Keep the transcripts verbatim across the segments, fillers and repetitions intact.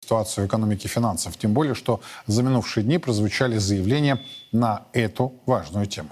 ситуацию экономики и финансов. Тем более, что за минувшие дни прозвучали заявления на эту важную тему.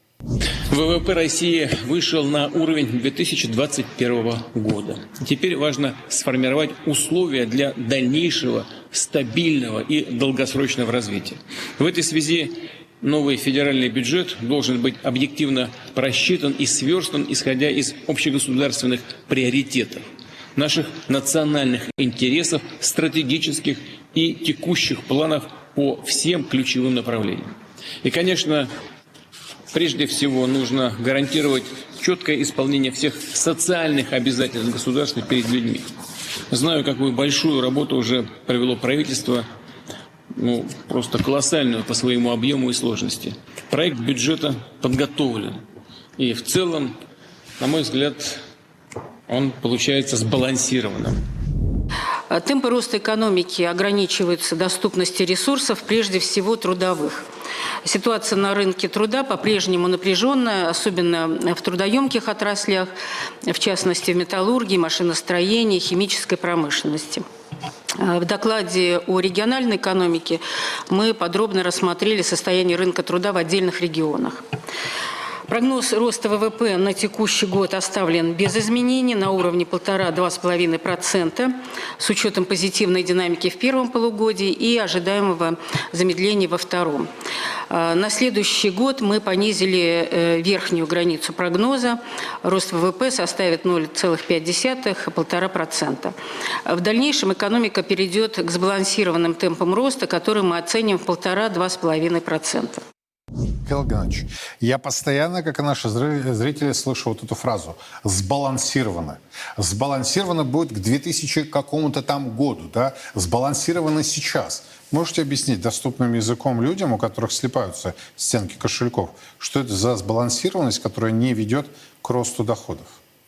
ВВП России вышел на уровень две тысячи двадцать первого года. Теперь важно сформировать условия для дальнейшего стабильного и долгосрочного развития. В этой связи новый федеральный бюджет должен быть объективно просчитан и сверстан, исходя из общегосударственных приоритетов, наших национальных интересов, стратегических и текущих планов по всем ключевым направлениям. И, конечно, прежде всего нужно гарантировать четкое исполнение всех социальных обязательств государства перед людьми. Знаю, какую большую работу уже провело правительство, ну, просто колоссальную по своему объему и сложности. Проект бюджета подготовлен. И в целом, на мой взгляд, он получается сбалансированным. Темпы роста экономики ограничиваются доступностью ресурсов, прежде всего трудовых. Ситуация на рынке труда по-прежнему напряженная, особенно в трудоемких отраслях, в частности в металлургии, машиностроении, химической промышленности. В докладе о региональной экономике мы подробно рассмотрели состояние рынка труда в отдельных регионах. Прогноз роста ВВП на текущий год оставлен без изменений на уровне полтора-два с половиной процента с учетом позитивной динамики в первом полугодии и ожидаемого замедления во втором. На следующий год мы понизили верхнюю границу прогноза. Рост ВВП составит ноль целых пять десятых — полтора процента. В дальнейшем экономика перейдет к сбалансированным темпам роста, которые мы оценим в полтора-два с половиной процента. Михаил Геннадьевич, я постоянно, как и наши зрители, слышу вот эту фразу «сбалансировано». Сбалансировано будет к две тысячи какому-то там году, да? Сбалансировано сейчас. Можете объяснить доступным языком людям, у которых слипаются стенки кошельков, что это за сбалансированность, которая не ведет к росту доходов?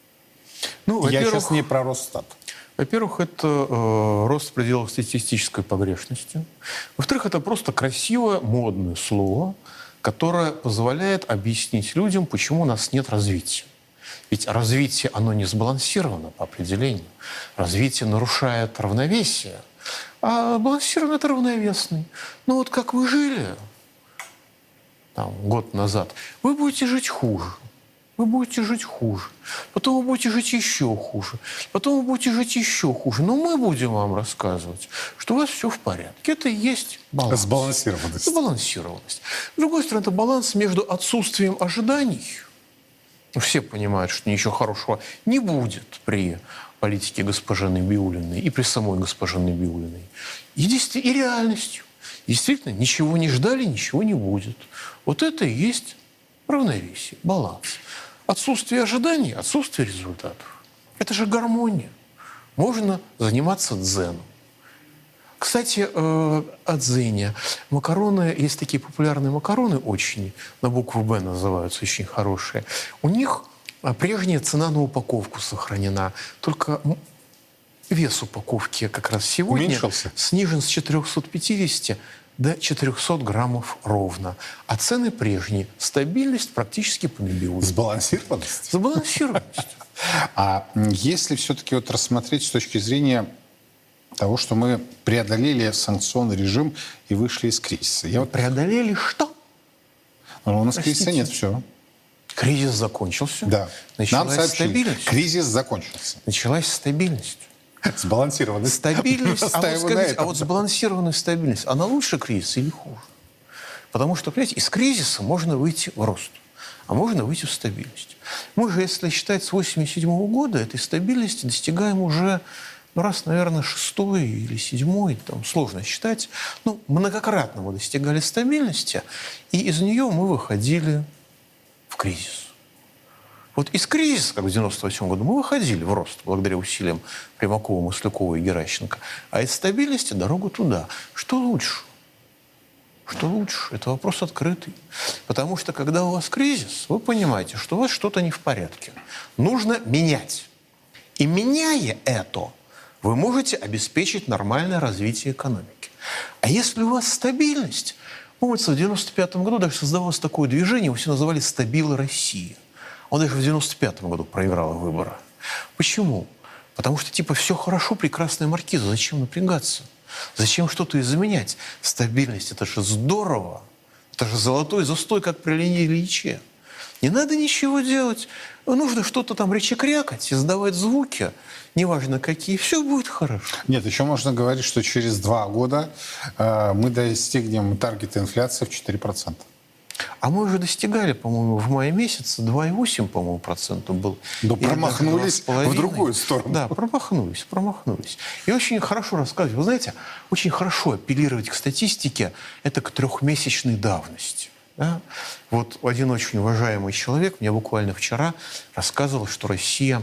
Ну, я сейчас не про Росстат. Во-первых, это э, рост в пределах статистической погрешности. Во-вторых, это просто красивое, модное слово, которое позволяет объяснить людям, почему у нас нет развития. Ведь развитие, оно не сбалансировано по определению. Развитие нарушает равновесие, а балансированно это равновесный. Ну вот как вы жили там, год назад, вы будете жить хуже. Вы будете жить хуже. Потом вы будете жить еще хуже. Потом вы будете жить еще хуже. Но мы будем вам рассказывать, что у вас все в порядке. Это и есть баланс. Сбалансированность. Сбалансированность. С другой стороны, это баланс между отсутствием ожиданий. Все понимают, что ничего хорошего не будет при политике госпожи Набиуллиной и при самой госпоже Набиуллиной. И, и реальностью. Действительно, ничего не ждали, ничего не будет. Вот это и есть равновесие, баланс. Отсутствие ожиданий, отсутствие результатов. Это же гармония. Можно заниматься дзеном. Кстати, э, о дзене. Макароны, есть такие популярные макароны очень, на букву «Б» называются, очень хорошие. У них прежняя цена на упаковку сохранена. Только вес упаковки как раз сегодня уменьшился, снижен с четырёхсот пятидесяти до четырёхсот граммов ровно. А цены прежние. Стабильность практически по Набиуллиной. Сбалансированность? Сбалансированность. А если все-таки вот рассмотреть с точки зрения того, что мы преодолели санкционный режим и вышли из кризиса. Я вот... Преодолели что? Ну, у нас Простите. кризиса нет, все. Кризис закончился. Да. Началась Нам сообщили, стабильность. кризис закончился. Началась стабильность. Сбалансированность. Стабильность. А вот, скажите, а этом. вот сбалансированная стабильность, она лучше кризиса или хуже? Потому что, понимаете, из кризиса можно выйти в рост, а можно выйти в стабильность. Мы же, если считать с восемьдесят седьмого года, этой стабильности достигаем уже, ну, раз, наверное, шестой или седьмой, там сложно считать. Ну, многократно мы достигали стабильности, и из нее мы выходили в кризис. Вот из кризиса, как в девяносто восьмом году, мы выходили в рост благодаря усилиям Примакова, Маслякова и Геращенко. А из стабильности дорогу туда. Что лучше? Что лучше? Это вопрос открытый. Потому что, когда у вас кризис, вы понимаете, что у вас что-то не в порядке. Нужно менять. И меняя это, вы можете обеспечить нормальное развитие экономики. А если у вас стабильность... Помните, в девяносто пятом году даже создавалось такое движение, его все называли «Стабилы России». Он даже в девяносто пятом году проиграл выборы. Почему? Потому что, типа, все хорошо, прекрасная маркиза, зачем напрягаться? Зачем что-то изменять? Стабильность – это же здорово. Это же золотой застой, как при Леониде Ильиче. Не надо ничего делать. Нужно что-то там речекрякать, издавать звуки, неважно какие, все будет хорошо. Нет, еще можно говорить, что через два года э, мы достигнем таргета инфляции в четыре процента. А мы уже достигали, по-моему, в мае месяце два и восемь, по-моему, процента был. Но Или промахнулись даже в другую сторону. Да, промахнулись, промахнулись. И очень хорошо рассказывать. Вы знаете, очень хорошо апеллировать к статистике, это к трехмесячной давности. Да? Вот один очень уважаемый человек мне буквально вчера рассказывал, что Россия,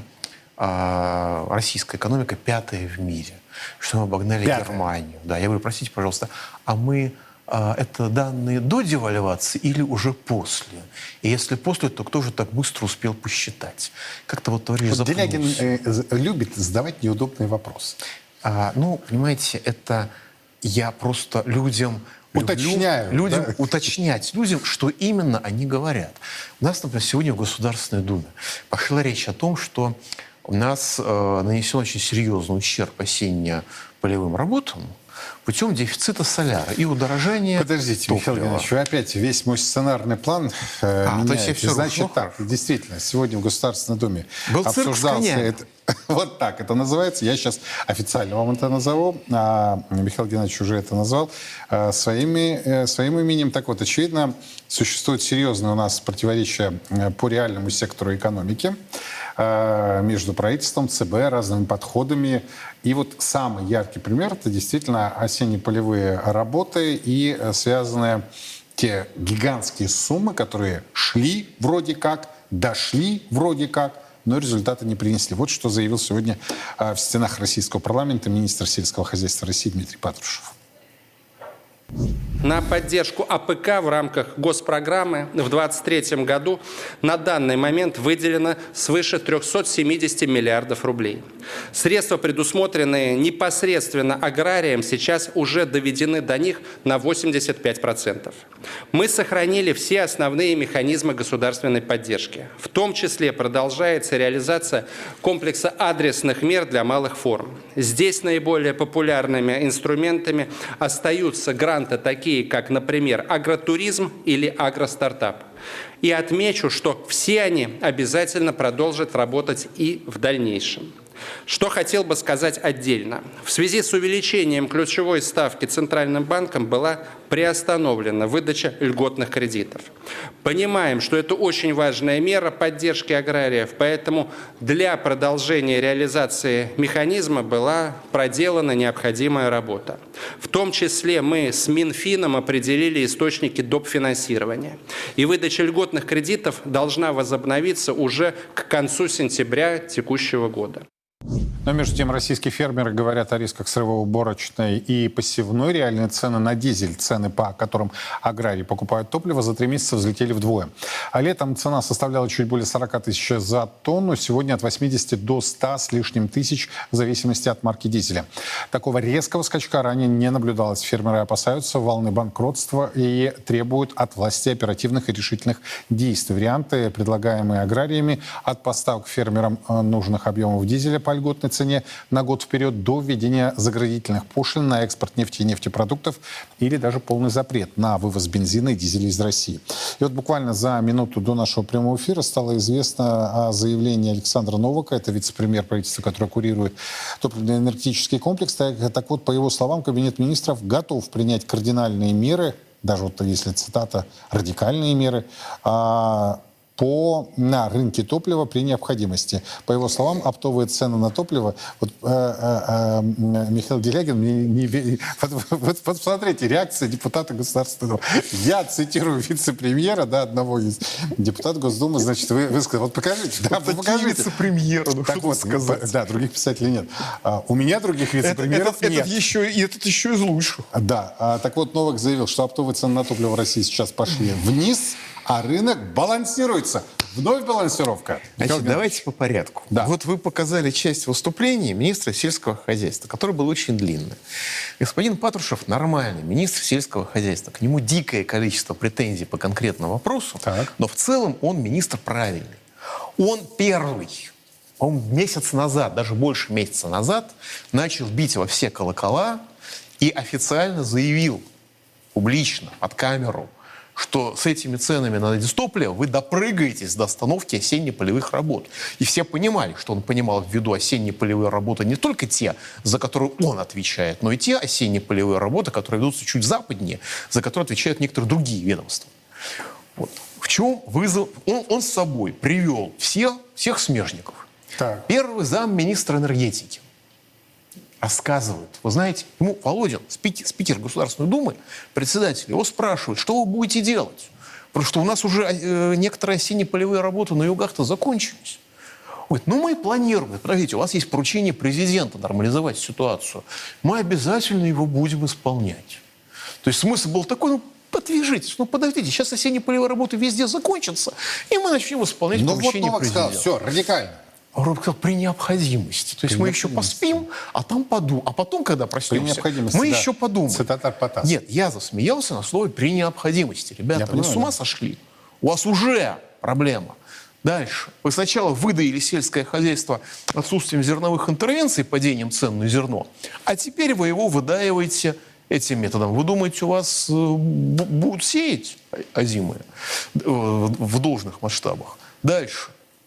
э, российская экономика пятая в мире, что мы обогнали Пятая. Германию. Да, я говорю, простите, пожалуйста, а мы... Это данные до девальвации или уже после? И если после, то кто же так быстро успел посчитать? Как-то вот товарищ Вот Делягин запнулся. э, любит задавать неудобные вопросы. А, ну, понимаете, это я просто людям... Уточняю, люблю, людям да? уточнять людям, что именно они говорят. У нас, например, сегодня в Государственной Думе пошла речь о том, что у нас э, нанесен очень серьезный ущерб осенне-полевым работам путем дефицита соляра и удорожания Подождите, топлива. Михаил Геннадьевич, вы опять весь мой сценарный план э, А, то есть меняете. я всё Значит рухнул? так, действительно, сегодня в Государственной Думе Был цирк с обсуждался конями. это. Вот так это называется. Я сейчас официально вам это назову. А Михаил Геннадьевич уже это назвал а, своими, э, своим именем. Так вот, очевидно, существует серьезное у нас противоречие э, по реальному сектору экономики э, между правительством, ЦБ, разными подходами. И вот самый яркий пример – это действительно осенне-полевые работы и э, связанные те гигантские суммы, которые шли вроде как, дошли вроде как, но результаты не принесли. Вот что заявил сегодня э, в стенах российского парламента министр сельского хозяйства России Дмитрий Патрушев. На поддержку АПК в рамках госпрограммы в две тысячи двадцать третьем году на данный момент выделено свыше трёхсот семидесяти миллиардов рублей. Средства, предусмотренные непосредственно аграриям, сейчас уже доведены до них на восемьдесят пять процентов. Мы сохранили все основные механизмы государственной поддержки. В том числе продолжается реализация комплекса адресных мер для малых форм. Здесь наиболее популярными инструментами остаются гранты такие, как, например, агротуризм или агростартап. И отмечу, что все они обязательно продолжат работать и в дальнейшем. Что хотел бы сказать отдельно. В связи с увеличением ключевой ставки Центральным банком была приостановлена выдача льготных кредитов. Понимаем, что это очень важная мера поддержки аграриев, поэтому для продолжения реализации механизма была проделана необходимая работа. В том числе мы с Минфином определили источники доп. Финансирования. И выдача льготных кредитов должна возобновиться уже к концу сентября текущего года. Но между тем российские фермеры говорят о рисках срыва уборочной и посевной. Реальные цены на дизель, цены, по которым аграрии покупают топливо, за три месяца взлетели вдвое. А летом цена составляла чуть более сорока тысяч за тонну. Сегодня от восьмидесяти до ста с лишним тысяч в зависимости от марки дизеля. Такого резкого скачка ранее не наблюдалось. Фермеры опасаются волны банкротства и требуют от власти оперативных и решительных действий. Варианты, предлагаемые аграриями, от поставок фермерам нужных объемов дизеля по льготной цене на год вперед до введения заградительных пошлин на экспорт нефти и нефтепродуктов или даже полный запрет на вывоз бензина и дизеля из России. И вот буквально за минуту до нашего прямого эфира стало известно о заявлении Александра Новака, это вице-премьер правительства, который курирует топливно-энергетический комплекс. Так, так вот, по его словам, Кабинет министров готов принять кардинальные меры, даже вот если цитата, радикальные меры, а, по, на рынке топлива при необходимости. По его словам, оптовые цены на топливо... Вот, э, э, э, Михаил Делягин, не, не, вот, вот, вот посмотрите, реакция депутата Государственного Думы. Я цитирую вице-премьера, да, одного из депутатов Госдумы, значит, вы, вы сказали, вот покажите, да, Вот покажите. вице-премьеры, ну Так что вот, сказать. да, других писателей нет. А, у меня других Это, вице-премьеров этот, нет. этот, еще, и этот еще из лучших. Да, а, так вот, Новак заявил, что оптовые цены на топливо в России сейчас пошли вниз, а рынок балансируется. Вновь балансировка. Значит, давайте по порядку. Да. Вот вы показали часть выступления министра сельского хозяйства, которое было очень длинное. Господин Патрушев нормальный министр сельского хозяйства. К нему дикое количество претензий по конкретному вопросу, Так. но в целом он министр правильный. Он первый, по-моему, месяц назад, даже больше месяца назад, начал бить во все колокола и официально заявил публично, под камеру, что с этими ценами на дистопливо вы допрыгаетесь до остановки осенне-полевых работ. И все понимали, что он понимал в виду осенние полевые работы не только те, за которые он отвечает, но и те осенне-полевые работы, которые ведутся чуть западнее, за которые отвечают некоторые другие ведомства. Вот. В чем вызов? Он, он с собой привел всех, всех смежников. Так. Первый замминистра энергетики рассказывает. Вы знаете, ему Володин, спикер, спикер Государственной Думы, председатель, его спрашивают, что вы будете делать? Потому что у нас уже э, некоторые осенне-полевые работы на югах-то закончились. Говорит, ну мы планируем, подождите, у вас есть поручение президента нормализовать ситуацию. Мы обязательно его будем исполнять. То есть смысл был такой, ну, подвяжитесь, ну подождите, сейчас осенне-полевые работы везде закончатся, и мы начнем исполнять Ну поручение вот Новак сказал, президента. все, радикально. Он сказал, при необходимости. То есть При мы еще поспим, а там подумаем. А потом, когда проснемся, необходимости, мы да. еще подумаем. Цитата Потас. Нет, я засмеялся на слове «при необходимости». Ребята, Я вы понимаю, с ума да. сошли? У вас уже проблема. Дальше. Вы сначала выдаили сельское хозяйство отсутствием зерновых интервенций, падением цен на зерно, а теперь вы его выдаиваете этим методом. Вы думаете, у вас э, б- будут сеять озимые э, в должных масштабах? Дальше.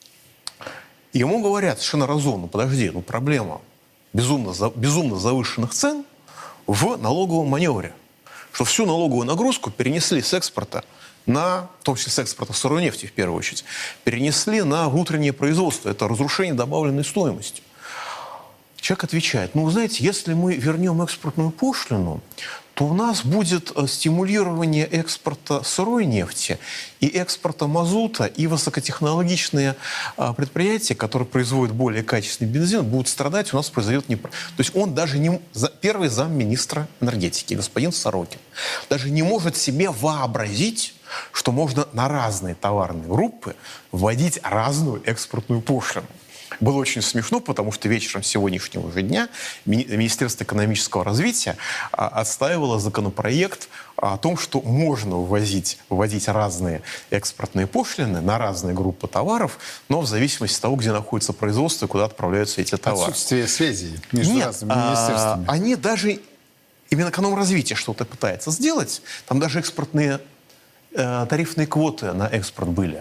Ему говорят совершенно разумно, подожди, ну проблема безумно, за- безумно завышенных цен в налоговом маневре. Что всю налоговую нагрузку перенесли с экспорта на, в том числе с экспорта сырой нефти в первую очередь, перенесли на внутреннее производство. Это разрушение добавленной стоимости. Человек отвечает, ну, вы знаете, если мы вернем экспортную пошлину, то у нас будет э, стимулирование экспорта сырой нефти и экспорта мазута, и высокотехнологичные э, предприятия, которые производят более качественный бензин, будут страдать, у нас произойдет не... То есть он даже не... за- Первый замминистра энергетики, господин Сорокин, даже не может себе вообразить, что можно на разные товарные группы вводить разную экспортную пошлину. Было очень смешно, потому что вечером сегодняшнего же дня Мини- Министерство экономического развития а, отстаивало законопроект о том, что можно ввозить, вводить разные экспортные пошлины на разные группы товаров, но в зависимости от того, где находится производство и куда отправляются эти товары. Отсутствие связи между Нет, разными а, министерствами. они даже, именно Минэкономразвитие что-то пытается сделать, там даже экспортные э, тарифные квоты на экспорт были.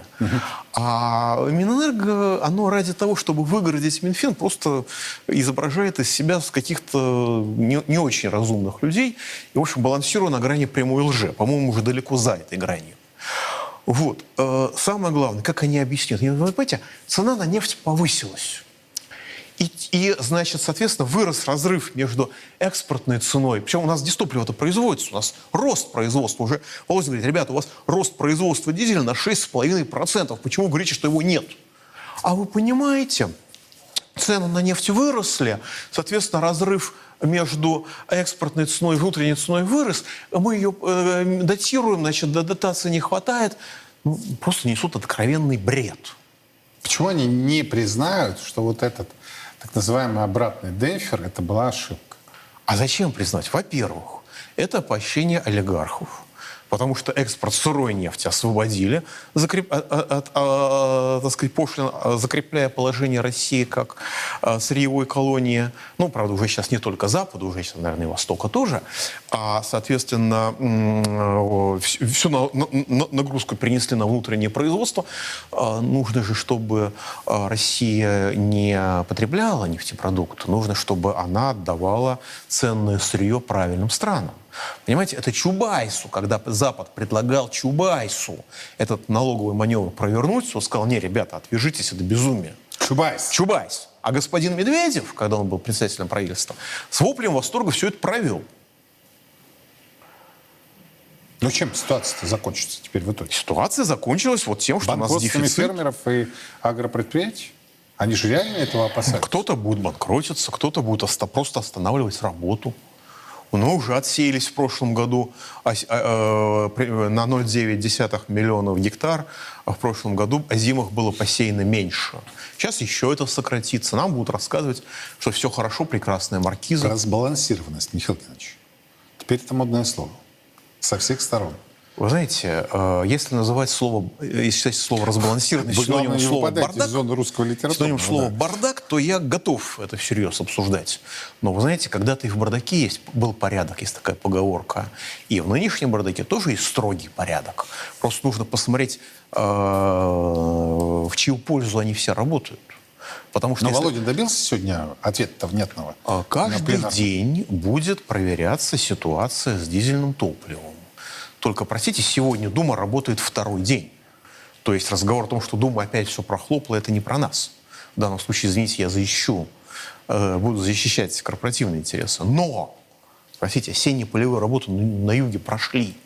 А Минэнерго, оно ради того, чтобы выгородить Минфин, просто изображает из себя с каких-то не, не очень разумных людей и, в общем, балансируя на грани прямой лжи. По-моему, уже далеко за этой гранью. Вот. Э, самое главное, как они объяснят. Вы понимаете, цена на нефть повысилась. И, и, значит, соответственно, вырос разрыв между экспортной ценой. Причем у нас дистопливо-то производится, у нас рост производства. Уже Володя говорит, ребята, у вас рост производства дизеля на шесть с половиной процентов. Почему вы говорите, что его нет? А вы понимаете, цены на нефть выросли, соответственно, разрыв между экспортной ценой и внутренней ценой вырос. Мы ее э, датируем, значит, до дотации не хватает. Ну, просто несут откровенный бред. Почему они не признают, что вот этот так называемый обратный демпфер это была ошибка? А зачем признать? Во-первых, это поощрение олигархов. Потому что экспорт сырой нефти освободили, закреп, от, от, от, так сказать, пошлин, закрепляя положение России как а, сырьевой колонии. Ну, правда, уже сейчас не только Запада, уже сейчас, наверное, и Востока тоже. А, соответственно, всю, всю на, на, нагрузку перенесли на внутреннее производство. А, нужно же, чтобы Россия не потребляла нефтепродукты. Нужно, чтобы она отдавала ценное сырье правильным странам. Понимаете, это Чубайсу, когда Запад предлагал Чубайсу этот налоговый маневр провернуть, он сказал, не, ребята, отвяжитесь, это безумие. Чубайс. Чубайс. А господин Медведев, когда он был председателем правительства, с воплем восторга все это провел. Ну чем ситуация-то закончится теперь в итоге? Ситуация закончилась вот тем, что у нас Банкротствами дефицит. фермеров и агропредприятий? Они же реально этого опасаются? Кто-то будет банкротиться, кто-то будет оста- просто останавливать работу. Но уже отсеялись в прошлом году а, а, а, на ноль целых девять десятых миллионов гектар, а в прошлом году озимых было посеяно меньше. Сейчас еще это сократится. Нам будут рассказывать, что все хорошо, прекрасная маркиза. Разбалансированность, Михаил Геннадьевич. Теперь это модное слово. Со всех сторон. Вы знаете, если называть слово, если считать слово разбалансированность синонимом слова бардак, синонимом слова бардак, то я готов это всерьез обсуждать. Но вы знаете, когда-то и в бардаке есть, был порядок, есть такая поговорка. И в нынешнем бардаке тоже есть строгий порядок. Просто нужно посмотреть, в чью пользу они все работают. Потому что Но если... Володя добился сегодня ответа внятного? Каждый день будет проверяться ситуация с дизельным топливом. Только, простите, сегодня Дума работает второй день. То есть разговор о том, что Дума опять все прохлопала, это не про нас. В данном случае, извините, я защищу, э, буду защищать корпоративные интересы. Но, простите, осенние полевые работы на юге прошли.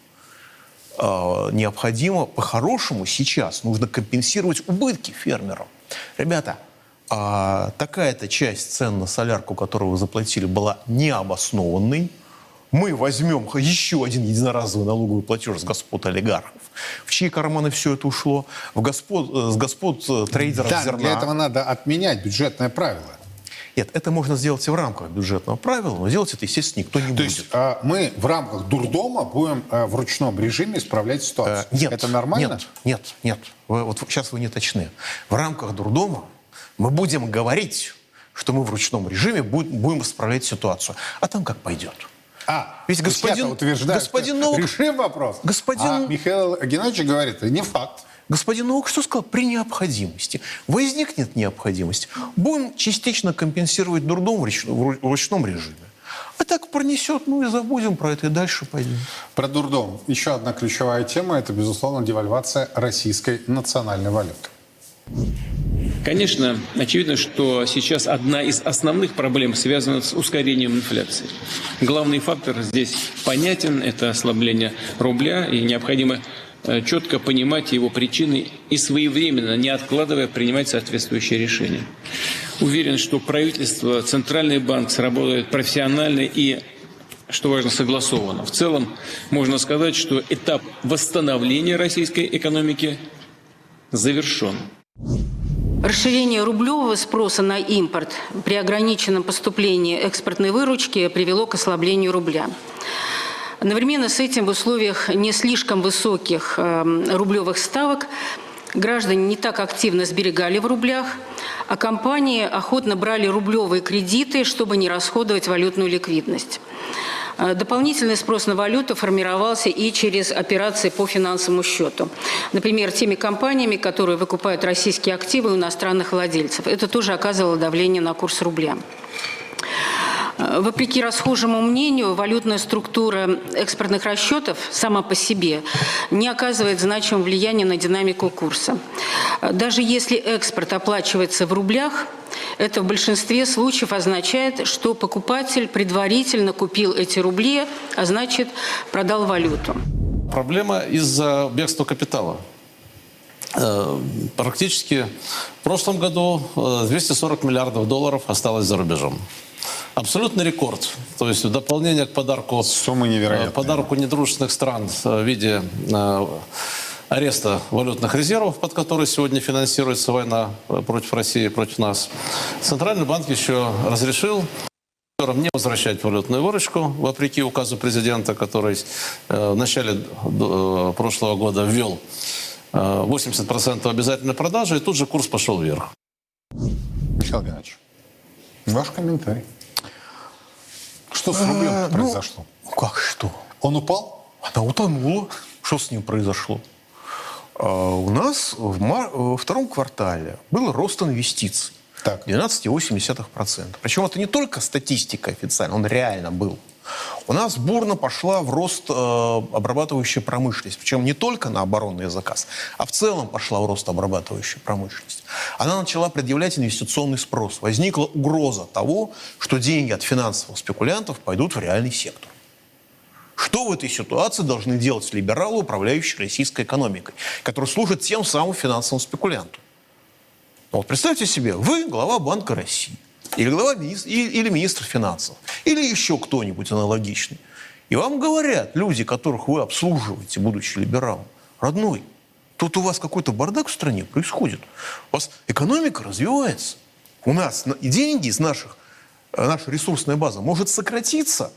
Э, необходимо, по-хорошему, сейчас нужно компенсировать убытки фермерам. Ребята, э, такая-то часть цен на солярку, которую вы заплатили, была необоснованной. Мы возьмем еще один единоразовый налоговый платеж с господ олигархов, в чьи карманы все это ушло, в господ, с господ трейдеров да, зерна. Для этого надо отменять бюджетное правило. Нет, это можно сделать и в рамках бюджетного правила, но делать это, естественно, никто не То будет. есть а, мы в рамках дурдома будем а, в ручном режиме исправлять ситуацию? А, нет. Это нормально? Нет, нет, нет. Вы, вот сейчас вы не точны. В рамках дурдома мы будем говорить, что мы в ручном режиме будем, будем исправлять ситуацию. А там как пойдет. А, ведь господин, утверждает, господин Новак... решим вопрос. Господин... А Михаил Геннадьевич говорит, это не факт. Господин Новак что сказал? При необходимости. Возникнет необходимость. Будем частично компенсировать дурдом в ручном режиме. А так пронесет, ну и забудем про это, и дальше пойдем. Про дурдом. Еще одна ключевая тема – это, безусловно, девальвация российской национальной валюты. Конечно, очевидно, что сейчас одна из основных проблем связана с ускорением инфляции. Главный фактор здесь понятен – это ослабление рубля, и необходимо четко понимать его причины и своевременно, не откладывая, принимать соответствующие решения. Уверен, что правительство, Центральный банк сработают профессионально и, что важно, согласованно. В целом, можно сказать, что этап восстановления российской экономики завершен. Расширение рублевого спроса на импорт при ограниченном поступлении экспортной выручки привело к ослаблению рубля. Одновременно с этим в условиях не слишком высоких э, рублевых ставок граждане не так активно сберегали в рублях, а компании охотно брали рублевые кредиты, чтобы не расходовать валютную ликвидность. Дополнительный спрос на валюту формировался и через операции по финансовому счету. Например, теми компаниями, которые выкупают российские активы у иностранных владельцев. Это тоже оказывало давление на курс рубля. Вопреки расхожему мнению, валютная структура экспортных расчетов сама по себе не оказывает значимого влияния на динамику курса. Даже если экспорт оплачивается в рублях, это в большинстве случаев означает, что покупатель предварительно купил эти рубли, а значит, продал валюту. Проблема из-за бегства капитала. Практически в прошлом году двести сорок миллиардов долларов осталось за рубежом. Абсолютный рекорд. То есть в дополнение к подарку, суммы невероятные, подарку недружественных стран в виде ареста валютных резервов, под который сегодня финансируется война против России, против нас. Центральный банк еще разрешил не возвращать валютную выручку, вопреки указу президента, который в начале прошлого года ввел восемьдесят процентов обязательной продажи, и тут же курс пошел вверх. Михаил Геннадьевич, ваш комментарий. Что с рублем а, произошло? Ну, как что? Он упал? Она утонула. Что с ним произошло? А, у нас в мар... во втором квартале был рост инвестиций. двенадцать целых восемь десятых процента. Причем это не только статистика официальная, он реально был. У нас бурно пошла в рост э, обрабатывающая промышленность. Причем не только на оборонный заказ, а в целом пошла в рост обрабатывающая промышленность. Она начала предъявлять инвестиционный спрос. Возникла угроза того, что деньги от финансовых спекулянтов пойдут в реальный сектор. Что в этой ситуации должны делать либералы, управляющие российской экономикой, которые служат тем самым финансовым спекулянтам? Вот представьте себе, вы глава Банка России. Или глава министр, или министр финансов, или еще кто-нибудь аналогичный. И вам говорят люди, которых вы обслуживаете, будучи либералом: родной, тут у вас какой-то бардак в стране происходит. У вас экономика развивается. У нас деньги из наших, наша ресурсная база может сократиться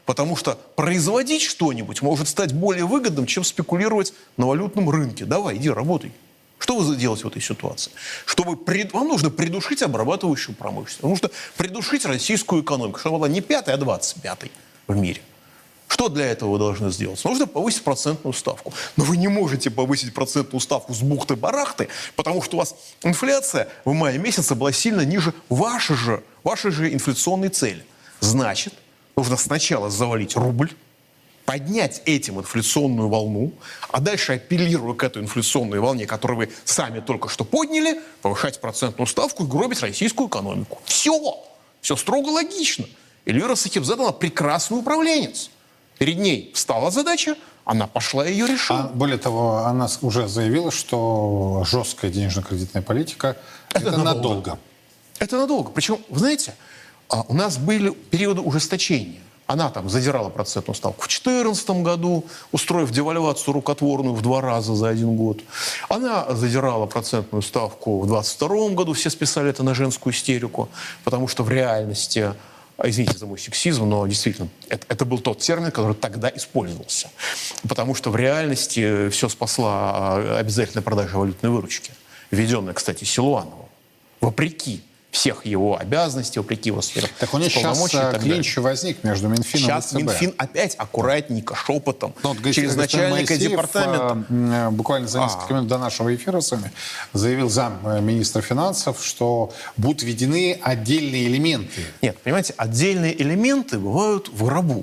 Потому что производить что-нибудь может стать более выгодным, чем спекулировать на валютном рынке. Давай, иди, работай. Что вы делаете в этой ситуации? Чтобы пред... Вам нужно придушить обрабатывающую промышленность. Вам нужно придушить российскую экономику, чтобы она была не пятой, а двадцать пятой в мире. Что для этого вы должны сделать? Нужно повысить процентную ставку. Но вы не можете повысить процентную ставку с бухты-барахты, потому что у вас инфляция в мае месяце была сильно ниже вашей же, вашей же инфляционной цели. Значит, нужно сначала завалить рубль, поднять этим инфляционную волну, а дальше, апеллируя к этой инфляционной волне, которую вы сами только что подняли, повышать процентную ставку и гробить российскую экономику. Все! Все строго логично. Эльвира Сахибзадовна прекрасный управленец. Перед ней встала задача, она пошла и ее решила. А, более того, она уже заявила, что жесткая денежно-кредитная политика – это, это надолго. надолго. Это надолго. Причем, вы знаете, у нас были периоды ужесточения. Она там задирала процентную ставку в две тысячи четырнадцатом году, устроив девальвацию рукотворную в два раза за один год. Она задирала процентную ставку в двадцать втором году. Все списали это на женскую истерику, потому что в реальности, извините за мой сексизм, но действительно, это, это был тот термин, который тогда использовался. Потому что в реальности все спасла обязательная продажа валютной выручки, введенная, кстати, Силуановым, вопреки всех его обязанностей, вопреки его сферам. Так у них сейчас клинч возник между Минфином сейчас и ЦБ. Минфин опять аккуратненько, шепотом, ну, вот, через начальника Моисеев, департамента. Буквально за несколько а. минут до нашего эфира с вами заявил замминистра финансов, что будут введены отдельные элементы. Нет, понимаете, отдельные элементы бывают в гробу.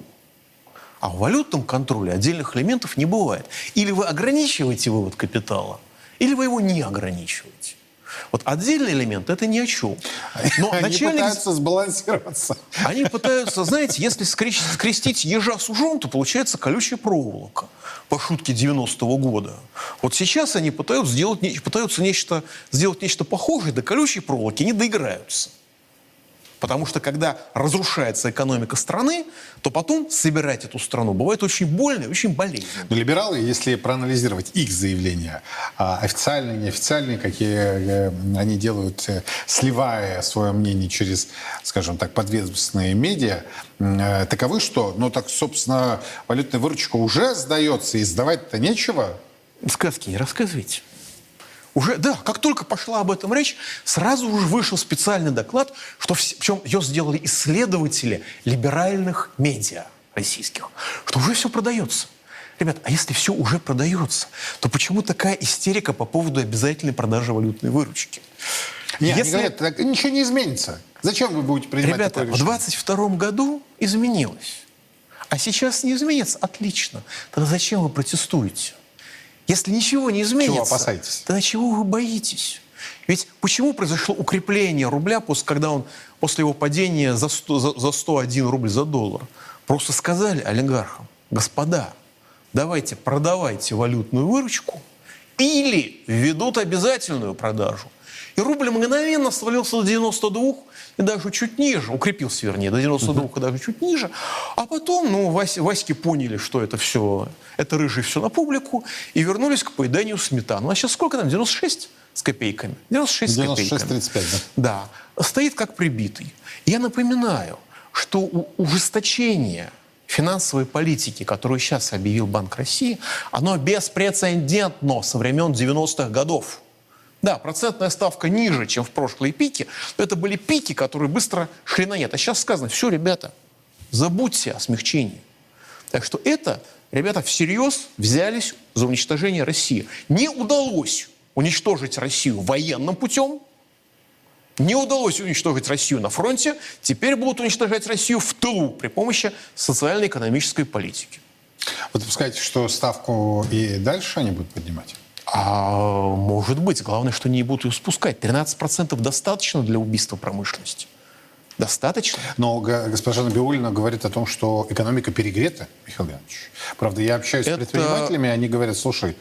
А в валютном контроле отдельных элементов не бывает. Или вы ограничиваете вывод капитала, или вы его не ограничиваете. Вот отдельный элемент – это ни о чем. Но они начальник... пытаются сбалансироваться. Они пытаются, знаете, если скрестить ежа с ужом, то получается колючая проволока. По шутке девяностого года. Вот сейчас они пытаются сделать, пытаются нечто, сделать нечто похожее, до колючей проволоки не доиграются. Потому что когда разрушается экономика страны, то потом собирать эту страну бывает очень больно и очень болезненно. Но либералы, если проанализировать их заявления, официальные, неофициальные, какие они делают, сливая свое мнение через, скажем так, подведомственные медиа, таковы, что, ну так, собственно, валютная выручка уже сдается, и сдавать-то нечего. Сказки не рассказывайте. Уже, да, как только пошла об этом речь, сразу же вышел специальный доклад, что все, причем ее сделали исследователи либеральных медиа российских, что уже все продается. Ребят, а если все уже продается, то почему такая истерика по поводу обязательной продажи валютной выручки? Нет, если... говорят, так ничего не изменится. Зачем вы будете принимать Ребята, такое решение? в двадцать втором году изменилось. А сейчас не изменится? Отлично. Тогда зачем вы протестуете? Если ничего не изменится, чего опасаетесь? Тогда чего вы боитесь? Ведь почему произошло укрепление рубля, после, когда он, после его падения за, сто, за, за сто один рубль за доллар? Просто сказали олигархам: господа, давайте продавайте валютную выручку или введут обязательную продажу. И рубль мгновенно свалился до девяноста двух и даже чуть ниже, укрепился, вернее, до девяноста двух uh-huh. и даже чуть ниже. А потом, ну, Вась, Васьки поняли, что это все, это рыжие все на публику, и вернулись к поеданию сметаны. А сейчас сколько там? девяносто шесть с копейками? девяносто шесть с копейками. девяносто шесть тридцать пять, да. Да. Стоит как прибитый. Я напоминаю, что у ужесточение финансовой политики, которую сейчас объявил Банк России, оно беспрецедентно со времен девяностых годов. Да, процентная ставка ниже, чем в прошлые пики, но это были пики, которые быстро шли на нет. А сейчас сказано: все, ребята, забудьте о смягчении. Так что это, ребята, всерьез взялись за уничтожение России. Не удалось уничтожить Россию военным путем, не удалось уничтожить Россию на фронте, теперь будут уничтожать Россию в тылу при помощи социально-экономической политики. Вы допускаете, что ставку и дальше они будут поднимать? А может быть. Главное, что не будут ее спускать. тринадцать процентов достаточно для убийства промышленности. Достаточно. Но госпожа Набиуллина говорит о том, что экономика перегрета, Михаил Леонидович. Правда, я общаюсь Это... с предпринимателями, они говорят: слушай,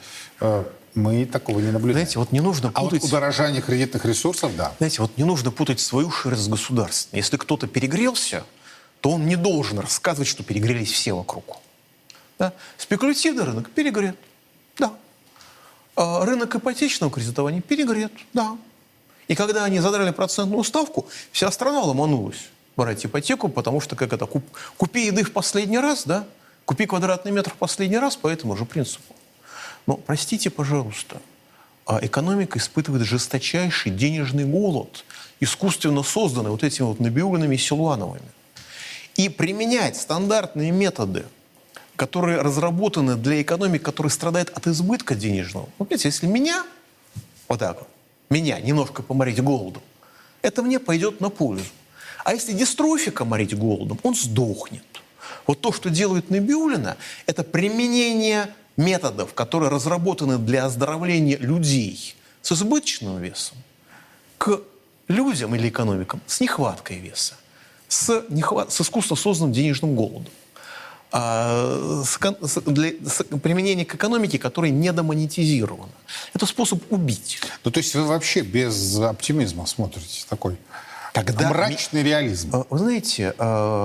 мы такого не наблюдаем. Знаете, вот не нужно путать... А вот удорожание кредитных ресурсов, да. Знаете, вот не нужно путать свою шерсть с государственной. Если кто-то перегрелся, то он не должен рассказывать, что перегрелись все вокруг. Да? Спекулятивный рынок перегрет. Да. А рынок ипотечного кредитования перегрет. Да. И когда они задрали процентную ставку, вся страна ломанулась. брать ипотеку, потому что, как это, куп, купи еды в последний раз, да? Купи квадратный метр в последний раз по этому же принципу. Но, простите, пожалуйста, а экономика испытывает жесточайший денежный голод, искусственно созданный вот этими вот Набиуллинами и Силуановыми. И применять стандартные методы, которые разработаны для экономики, которая страдает от избытка денежного. Вот, видите, если меня, вот так вот, меня немножко поморить голодом, это мне пойдет на пользу. А если дистрофика морить голодом, он сдохнет. Вот то, что делает Набиуллина, это применение методов, которые разработаны для оздоровления людей с избыточным весом, к людям или экономикам с нехваткой веса, с, нехват... с искусственно созданным денежным голодом. А, с, с, для, с, применение к экономике, которая недомонетизирована. Это способ убить. Ну, то есть вы вообще без оптимизма смотрите такой Когда мрачный ми... реализм. Вы знаете,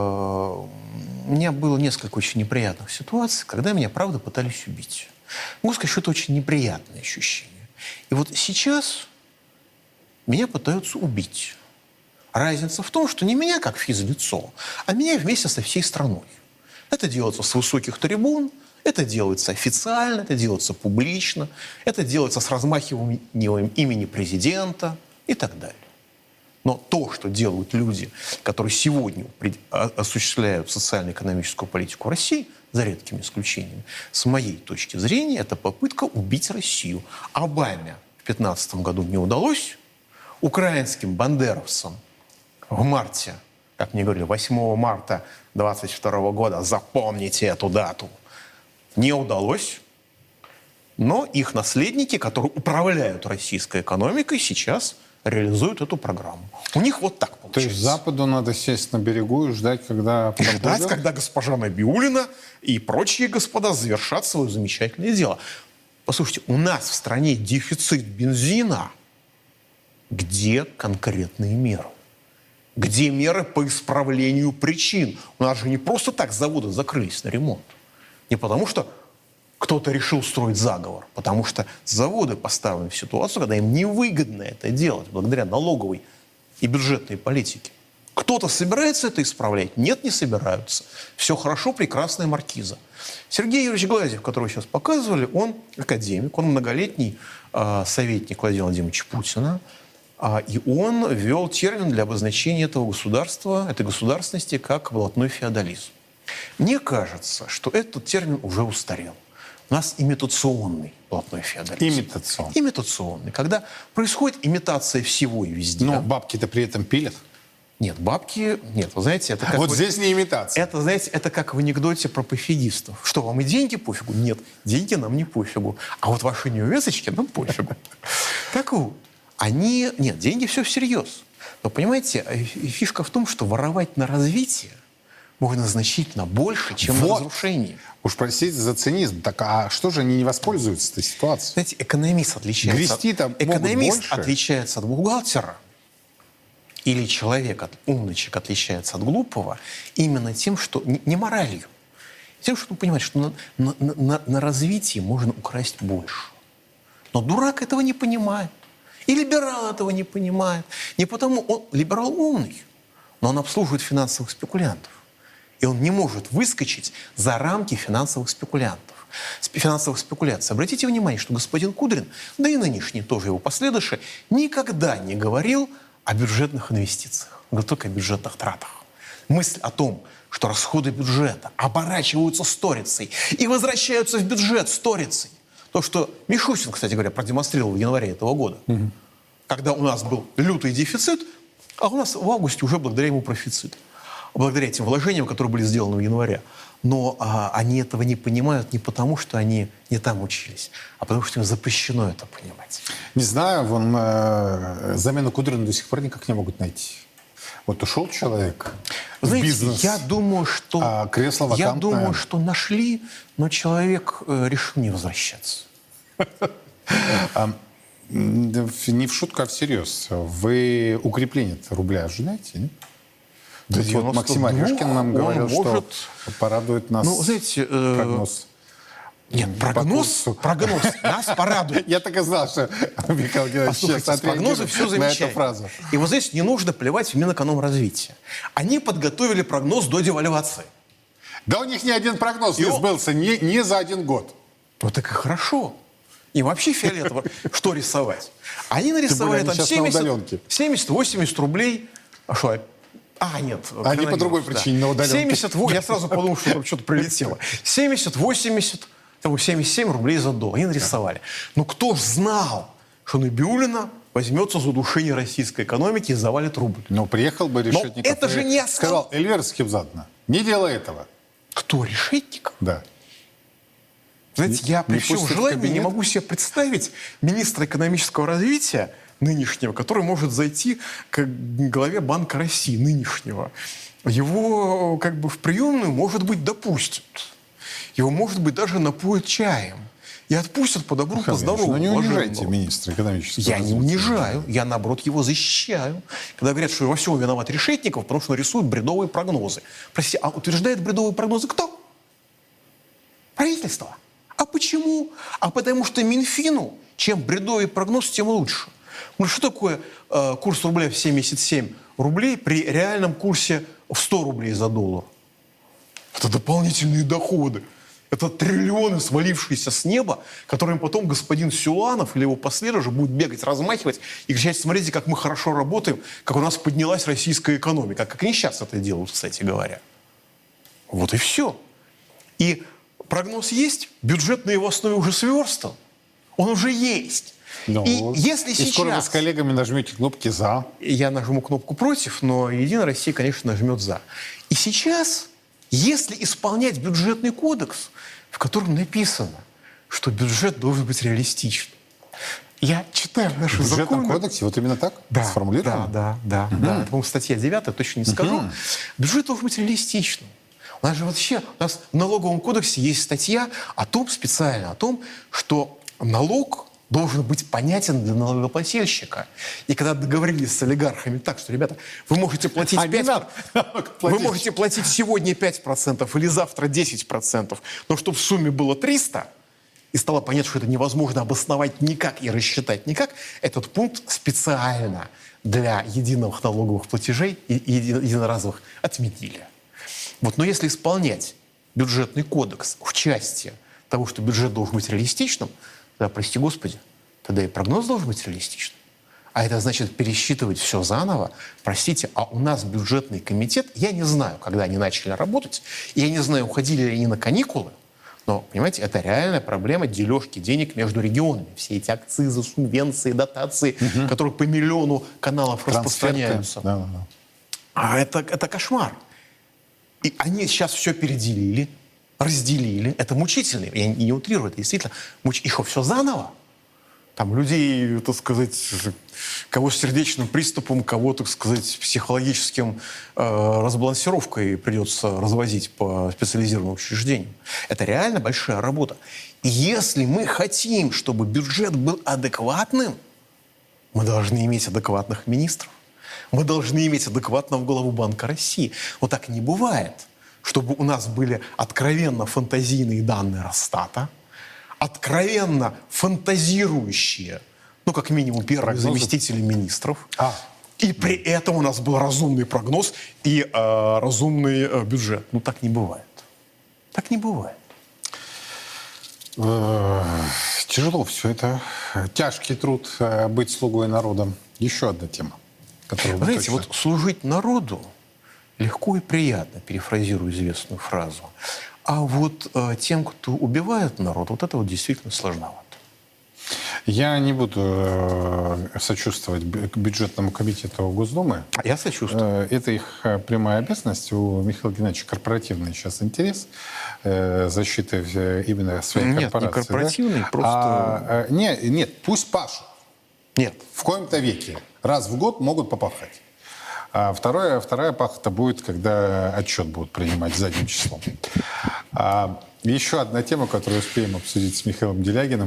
у меня было несколько очень неприятных ситуаций, когда меня, правда, пытались убить. Могу сказать, что это очень неприятное ощущение. И вот сейчас меня пытаются убить. Разница в том, что не меня как физлицо, а меня вместе со всей страной. Это делается с высоких трибун, это делается официально, это делается публично, это делается с размахиванием имени президента и так далее. Но то, что делают люди, которые сегодня осуществляют социально-экономическую политику в России, за редкими исключениями, с моей точки зрения, это попытка убить Россию. Обаме в две тысячи пятнадцатом году не удалось, украинским бандеровцам в марте, как мне говорили, восьмого марта двадцать второго года, запомните эту дату, не удалось. Но их наследники, которые управляют российской экономикой, сейчас реализуют эту программу. У них вот так получается. То есть Западу надо сесть на берегу и ждать, когда... И ждать, когда госпожа Набиуллина и прочие господа завершат свое замечательное дело. Послушайте, у нас в стране дефицит бензина. Где конкретные меры? Где меры по исправлению причин? У нас же не просто так заводы закрылись на ремонт. Не потому что кто-то решил строить заговор, потому что заводы поставлены в ситуацию, когда им невыгодно это делать, благодаря налоговой и бюджетной политике. Кто-то собирается это исправлять? Нет, не собираются. Все хорошо, прекрасная маркиза. Сергей Юрьевич Глазьев, которого сейчас показывали, он академик, он многолетний э, советник Владимира Владимировича Путина, э, и он ввел термин для обозначения этого государства, этой государственности, как блатной феодализм. Мне кажется, что этот термин уже устарел. У нас имитационный блатной феодализм. Имитационный. Имитационный. Когда происходит имитация всего и везде. Но бабки-то при этом пилят. Нет, бабки... Нет, вы знаете, это как... Вот вы... здесь не имитация. Это, знаете, это как в анекдоте про пофигистов. Что, вам и деньги пофигу? Нет, деньги нам не пофигу. А вот ваши неувесочки нам пофигу. Так вот, они... Нет, деньги все всерьез. Но, понимаете, фишка в том, что воровать на развитие можно значительно больше, чем вот. на разрушение. Уж простите за цинизм. Так а что же они не воспользуются этой ситуацией? Знаете, экономист отличается... Грести-то могут экономист больше. отличается от бухгалтера. Или человек, от, умничек, отличается от глупого именно тем, что... Не, не моралью. Тем, что он понимает, что на, на, на, на развитии можно украсть больше. Но дурак этого не понимает. И либерал этого не понимает. Не потому... Он либерал умный, но он обслуживает финансовых спекулянтов. И он не может выскочить за рамки финансовых спекулянтов. Финансовых спекуляций. Обратите внимание, что господин Кудрин, да и нынешний тоже его последующий, никогда не говорил о бюджетных инвестициях. Он говорит только о бюджетных тратах. Мысль о том, что расходы бюджета оборачиваются сторицей и возвращаются в бюджет сторицей. То, что Мишустин, кстати говоря, продемонстрировал в январе этого года. Угу. Когда у нас был лютый дефицит, а у нас в августе уже благодаря ему профицит. Благодаря этим вложениям, которые были сделаны в январе. Но а, они этого не понимают не потому, что они не там учились, а потому что им запрещено это понимать. Не знаю, вон э, замену Кудрина до сих пор никак не могут найти. Вот ушел человек в Знаете, бизнес, я думаю, что, а кресло вакантное. Я думаю, что нашли, но человек э, решил не возвращаться. Не в шутку, а всерьез. Вы укрепление рубля ожидаете? Вот Максим Орешкин нам говорил, может... что порадует нас ну, знаете, э, прогноз. Нет, прогноз, прогноз нас порадует. Я так и знал, что Михаил Геннадьевич сейчас Послушайте, с прогнозом отреагирует все на эту замечательно. фразу. И вот здесь не нужно плевать в Минэкономразвития. Они подготовили прогноз до девальвации. Да у них ни один прогноз И не он- сбылся ни, ни за один год. Ну так и хорошо. Им вообще фиолетово, что рисовать. Они более нарисовали они там сейчас на удаленке. семьдесят-восемьдесят рублей. А что? А, нет. Они по коронавирус, другой да. причине на удаленке. семьдесят восемь, я сразу подумал, что там что-то прилетело. семьдесят, восемьдесят, там, семьдесят семь рублей за доллар. Они нарисовали. Ну кто ж знал, что Набиуллина возьмется за удушение российской экономики и завалит рубль? Ну, приехал бы Решетников это и же не основ- сказал: Эльвира Скибзадна, не делай этого. Кто? Решетников? Да. Знаете, я при не всем пустят в желании не кабинет? могу себе представить министра экономического развития нынешнего, который может зайти к главе Банка России нынешнего. Его как бы в приемную, может быть, допустят. Его, может быть, даже напоят чаем. И отпустят по добру, по Михаил здорову. Ильич, ну не блаженного. унижайте министра экономического Я не развития. унижаю, я, наоборот, его защищаю. Когда говорят, что во всем виноват Решетников, потому что он рисует бредовые прогнозы. Прости, а утверждает бредовые прогнозы кто? Правительство. А почему? А потому что Минфину, чем бредовый прогноз, тем лучше. Ну что такое э, курс рубля в семьдесят семь рублей при реальном курсе в сто рублей за доллар? Это дополнительные доходы. Это триллионы, свалившиеся с неба, которым потом господин Силуанов или его последователи будут бегать, размахивать и кричать: смотрите, как мы хорошо работаем, как у нас поднялась российская экономика. Как они сейчас это делают, кстати говоря. Вот и все. И прогноз есть, бюджет на его основе уже сверстан. Он уже есть. Ну, и если и сейчас... скоро вы с коллегами нажмете кнопки «за». Я нажму кнопку «против», но «Единая Россия», конечно, нажмет «за». И сейчас, если исполнять бюджетный кодекс, в котором написано, что бюджет должен быть реалистичным, я читаю наши В бюджетном законы... кодексе вот именно так Да, сформулировано? Да, да, да. да. Это, по-моему, статья девятая, точно не скажу. Бюджет должен быть реалистичным. У нас же вообще, у нас в налоговом кодексе есть статья о том, специально о том, что налог должен быть понятен для налогоплательщика. И когда договорились с олигархами так, что, ребята, вы можете платить А не пять надо вы можете платить сегодня пять процентов или завтра десять процентов, но чтобы в сумме было триста, и стало понятно, что это невозможно обосновать никак и рассчитать никак, этот пункт специально для единых налоговых платежей и еди- единоразовых отменили. Вот, но если исполнять бюджетный кодекс в части того, что бюджет должен быть реалистичным, тогда, прости господи, тогда и прогноз должен быть реалистичным. А это значит пересчитывать все заново. Простите, а у нас бюджетный комитет, я не знаю, когда они начали работать, и я не знаю, уходили ли они на каникулы, но, понимаете, это реальная проблема дележки денег между регионами. Все эти акцизы, субвенции, дотации, угу. которые по миллиону каналов Трансферты. распространяются. Да, да, да. А это, это кошмар. И они сейчас все переделили, разделили. Это мучительно. Я не утрирую, это действительно муч... Их все заново. Там людей, так сказать, кого с сердечным приступом, кого, так сказать, психологическим э, разбалансировкой придется развозить по специализированным учреждениям. Это реально большая работа. И если мы хотим, чтобы бюджет был адекватным, мы должны иметь адекватных министров. Мы должны иметь адекватного главу Банка России. Но так не бывает, чтобы у нас были откровенно фантазийные данные Росстата, откровенно фантазирующие, ну, как минимум, первые Прогнозы? заместители министров. А. И при этом у нас был разумный прогноз и э, разумный э, бюджет. Ну, так не бывает. Так не бывает. Э, Тяжело все это. Тяжкий труд э, быть слугой народа. Еще одна тема. которую вы Знаете, точно- вот служить народу легко и приятно, перефразирую известную фразу. А вот э, тем, кто убивает народ, вот это вот действительно сложновато. Я не буду э, сочувствовать бю- бюджетному комитету Госдумы. А я сочувствую. Э, Это их э, прямая обязанность. У Михаила Геннадьевича корпоративный сейчас интерес э, защиты э, именно своей Нет, не корпорации. да? корпоративный, просто- А, э, не, нет, пусть пашут. Нет. В коем-то веке. Раз в год могут попахать. А второе, вторая пахота будет, когда отчет будут принимать задним числом. А еще одна тема, которую успеем обсудить с Михаилом Делягиным.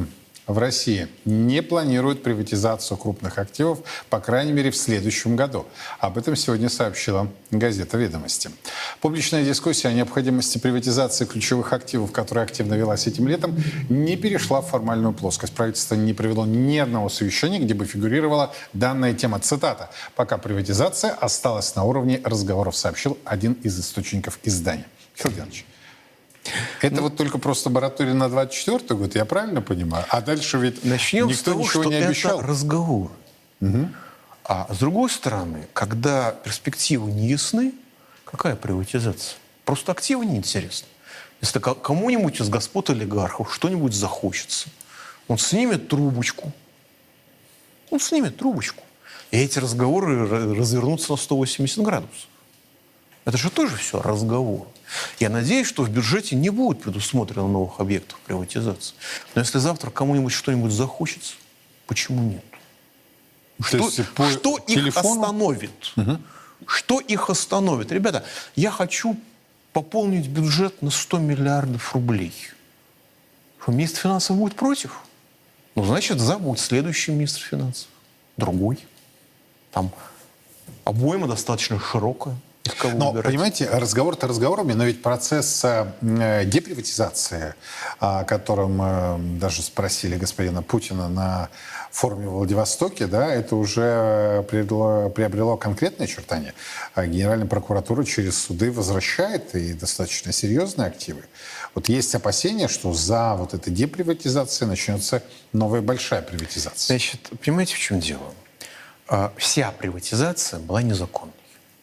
в России не планирует приватизацию крупных активов, по крайней мере, в следующем году. Об этом сегодня сообщила газета «Ведомости». Публичная дискуссия о необходимости приватизации ключевых активов, которая активно велась этим летом, не перешла в формальную плоскость. Правительство не провело ни одного совещания, где бы фигурировала данная тема. Цитата: «Пока приватизация осталась на уровне разговоров», сообщил один из источников издания. Михаил Георгиевич, это ну, вот только просто мораторий на двадцать четвёртый год, я правильно понимаю? А дальше ведь начнем никто с того, ничего что не обещал. Это разговор. Угу. А с другой стороны, когда перспективы не ясны, какая приватизация? Просто активы неинтересны. Если кому-нибудь из господ олигархов что-нибудь захочется, он снимет трубочку. Он снимет трубочку. И эти разговоры развернутся на сто восемьдесят градусов. Это же тоже все разговор. Я надеюсь, что в бюджете не будет предусмотрено новых объектов приватизации. Но если завтра кому-нибудь что-нибудь захочется, почему нет? Что, что их остановит? Угу. Что их остановит? Ребята, я хочу пополнить бюджет на сто миллиардов рублей. Что, министр финансов будет против? Ну, значит, за будет следующий министр финансов. Другой. Там обойма достаточно широкая. Но, выбирать. Понимаете, разговор-то разговорами, но ведь процесс э, деприватизации, о котором э, даже спросили господина Путина на форуме в Владивостоке, да, это уже приобрело, приобрело конкретные очертания. Генеральная прокуратура через суды возвращает и достаточно серьезные активы. Вот есть опасения, что за вот этой деприватизацией начнется новая большая приватизация. Значит, понимаете, в чем дело? Вся приватизация была незаконной.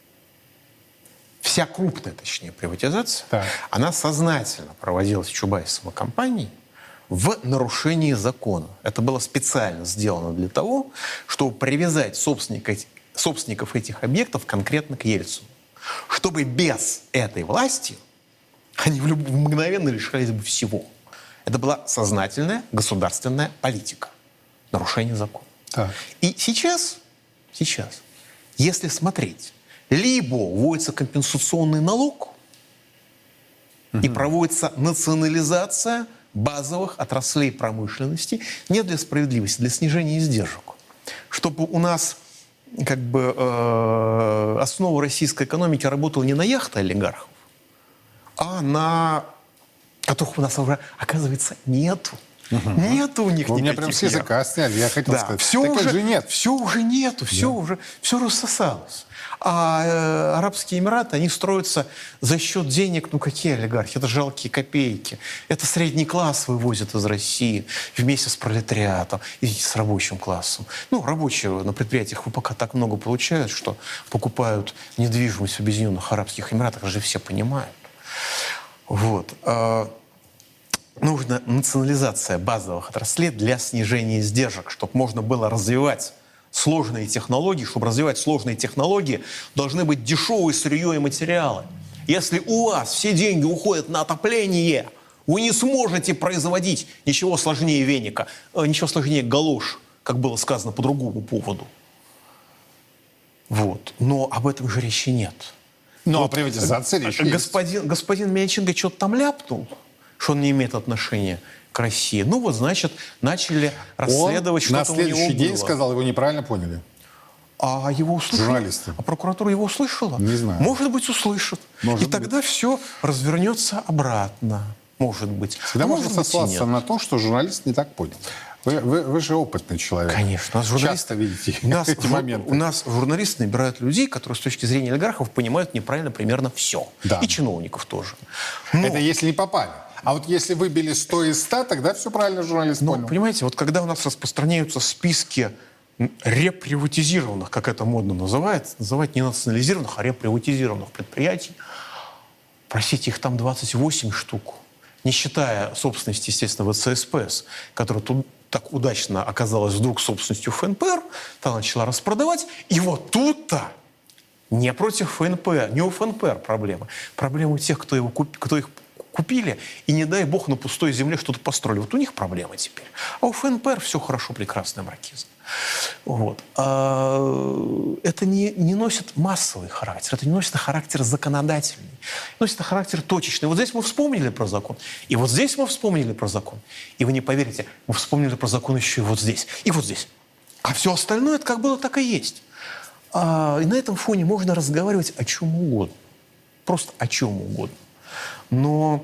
Вся крупная, точнее, приватизация, так. она сознательно проводилась Чубайсом и компанией в нарушении закона. Это было специально сделано для того, чтобы привязать собственника, собственников этих объектов конкретно к Ельцину. Чтобы без этой власти они в люб... мгновенно лишались бы всего. Это была сознательная государственная политика. Нарушение закона. Так. И сейчас, сейчас, если смотреть, либо вводится компенсационный налог угу. и проводится национализация базовых отраслей промышленности не для справедливости, для снижения издержек. Чтобы у нас как бы э, основа российской экономики работала не на яхты олигархов, а на которых у нас уже, оказывается, нету. Угу. Нету у них Вы никаких. меня прям с языка сняли, я хотел да. сказать. Все так уже, же нет. Все уже нету, все да. уже, все рассосалось. А э, Арабские Эмираты, они строятся за счет денег, ну какие олигархи? Это жалкие копейки. Это средний класс вывозят из России вместе с пролетариатом и с рабочим классом. Ну, рабочие на предприятиях вы пока так много получают, что покупают недвижимость в Объединенных Арабских Эмиратах, это же все понимают. Вот. Нужна национализация базовых отраслей для снижения издержек, чтобы можно было развивать сложные технологии. Чтобы развивать сложные технологии, должны быть дешевые сырье и материалы. Если у вас все деньги уходят на отопление, вы не сможете производить ничего сложнее веника, ничего сложнее галош, как было сказано по другому поводу. Вот. Но об этом же речи нет. Но вот, о приватизации речь господин, господин Мельченко что-то там ляпнул, что он не имеет отношения к России. Ну вот, значит, начали расследовать, что-то у него было. На следующий день сказал, его неправильно поняли. А его услышали? Журналисты. А прокуратура его услышала? Не знаю. Может быть, услышат. Может И тогда быть. все развернется обратно. Может быть. Всегда а можно может сослаться на то, что журналист не так понял. Вы, вы, вы же опытный человек. Конечно. У нас журналисты, часто видите у нас, эти моменты. У нас журналисты набирают людей, которые с точки зрения олигархов понимают неправильно примерно все. Да. И чиновников тоже. Но... Это если не попали. А вот если выбили сто из ста, тогда все правильно журналист Но, понял. Понимаете, вот когда у нас распространяются списки реприватизированных, как это модно называется, называть не национализированных, а реприватизированных предприятий, простите, их там двадцать восемь штук, не считая собственности, естественно, ВЦСПС, которая тут так удачно оказалась вдруг собственностью ФНПР, та начала распродавать, и вот тут-то не против ФНПР, не у ФНПР проблема. Проблема у тех, кто, его куп, кто их купили, и не дай бог на пустой земле что-то построили. Вот у них проблема теперь. А у ФНПР все хорошо, прекрасно, маркизм. Вот. А это не, не носит массовый характер, это не носит характер законодательный, носит характер точечный. Вот здесь мы вспомнили про закон, и вот здесь мы вспомнили про закон. И вы не поверите, мы вспомнили про закон еще и вот здесь, и вот здесь. А все остальное, это как было, так и есть. А, и на этом фоне можно разговаривать о чем угодно. Просто о чем угодно. Но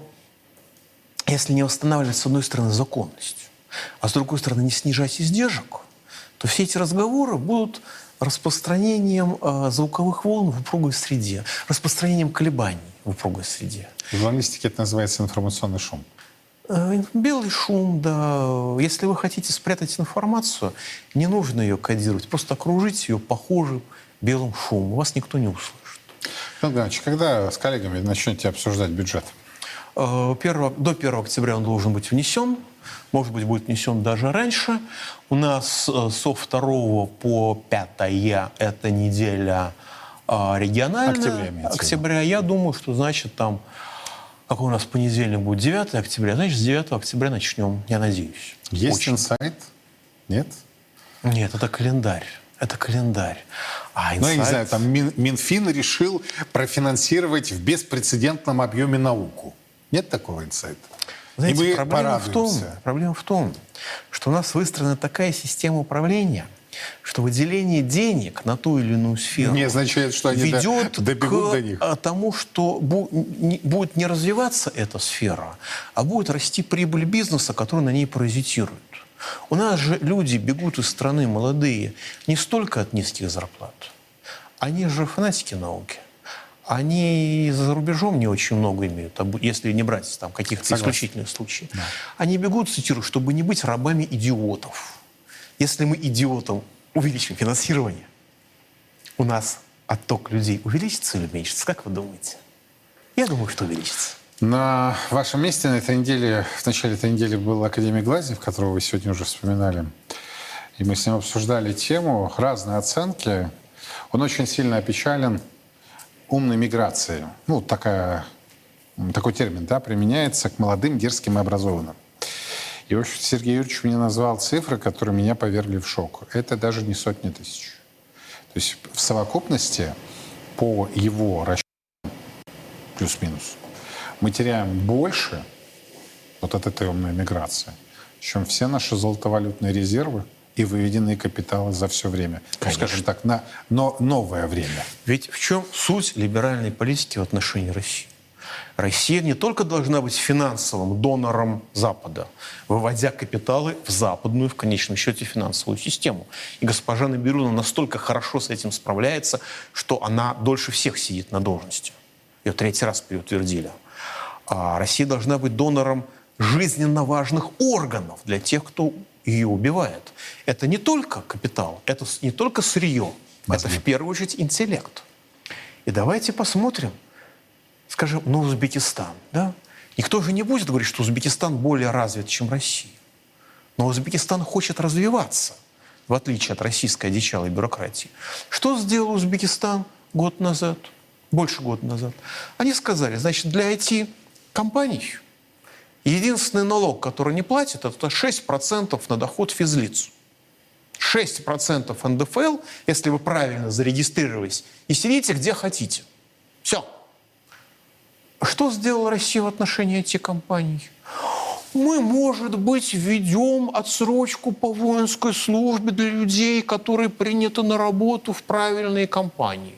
если не восстанавливать, с одной стороны, законность, а с другой стороны, не снижать издержек, то все эти разговоры будут распространением э, звуковых волн в упругой среде, распространением колебаний в упругой среде. В журналистике это называется информационный шум. Э, белый шум, да. Если вы хотите спрятать информацию, не нужно ее кодировать. Просто окружите ее похожим белым шумом. Вас никто не услышит. Михаил Геннадьевич, когда с коллегами начнете обсуждать бюджет? Э, первого, до первого октября он должен быть внесен. Может быть, будет внесен даже раньше. У нас э, со второго по пятое это неделя э, региональная. Октября, имеется в виду. Октября. Я думаю, что, значит, там, какой у нас понедельник будет, девятое октября, значит, с девятого октября начнем, я надеюсь. Есть Очень. инсайт? Нет? Нет, это календарь. Это календарь. А Ну, я не инсайт- знаю, там Мин- Минфин решил профинансировать в беспрецедентном объеме науку. Нет такого инсайта? Знаете, И мы проблема в, том, порадуемся. проблема в том, что у нас выстроена такая система управления, что выделение денег на ту или иную сферу Не означает, что они до- ведет добегут к до них. а, тому, что бу- не- будет не развиваться эта сфера, а будет расти прибыль бизнеса, который на ней паразитирует. У нас же люди бегут из страны молодые не столько от низких зарплат. Они же фанатики науки. Они за рубежом не очень много имеют, если не брать там каких-то Согласен. исключительных случаев. Да. Они бегут, цитирую, чтобы не быть рабами идиотов. Если мы идиотам увеличим финансирование, у нас отток людей увеличится или уменьшится? Как вы думаете? Я думаю, что увеличится. На вашем месте на этой неделе, в начале этой недели был академик Глазьев, которого вы сегодня уже вспоминали. И мы с ним обсуждали тему, разные оценки. Он очень сильно опечален умной миграцией. Ну, такая, такой термин, да, применяется к молодым, дерзким и образованным. И, в общем, Сергей Юрьевич мне назвал цифры, которые меня повергли в шок. Это даже не сотни тысяч. То есть в совокупности по его расчетам, плюс-минус, мы теряем больше вот от этой умной миграции, чем все наши золотовалютные резервы и выведенные капиталы за все время. Ну, скажем так, на но новое время. Ведь в чем суть либеральной политики в отношении России? Россия не только должна быть финансовым донором Запада, выводя капиталы в западную, в конечном счете, финансовую систему. И госпожа Набиуллина настолько хорошо с этим справляется, что она дольше всех сидит на должности. Ее третий раз переутвердили. А Россия должна быть донором жизненно важных органов для тех, кто ее убивает. Это не только капитал, это не только сырье, это в первую очередь интеллект. И давайте посмотрим, скажем, на Узбекистан. Да? Никто же не будет говорить, что Узбекистан более развит, чем Россия. Но Узбекистан хочет развиваться, в отличие от российской одичалой бюрократии. Что сделал Узбекистан год назад, больше года назад? Они сказали, значит, для ай ти-компаний единственный налог, который не платит, это шесть процентов на доход физлиц. шесть процентов эн дэ эф эл, если вы правильно зарегистрировались, и сидите где хотите. Все. Что сделала Россия в отношении ай ти-компаний? Мы, может быть, введем отсрочку по воинской службе для людей, которые приняты на работу в правильные компании.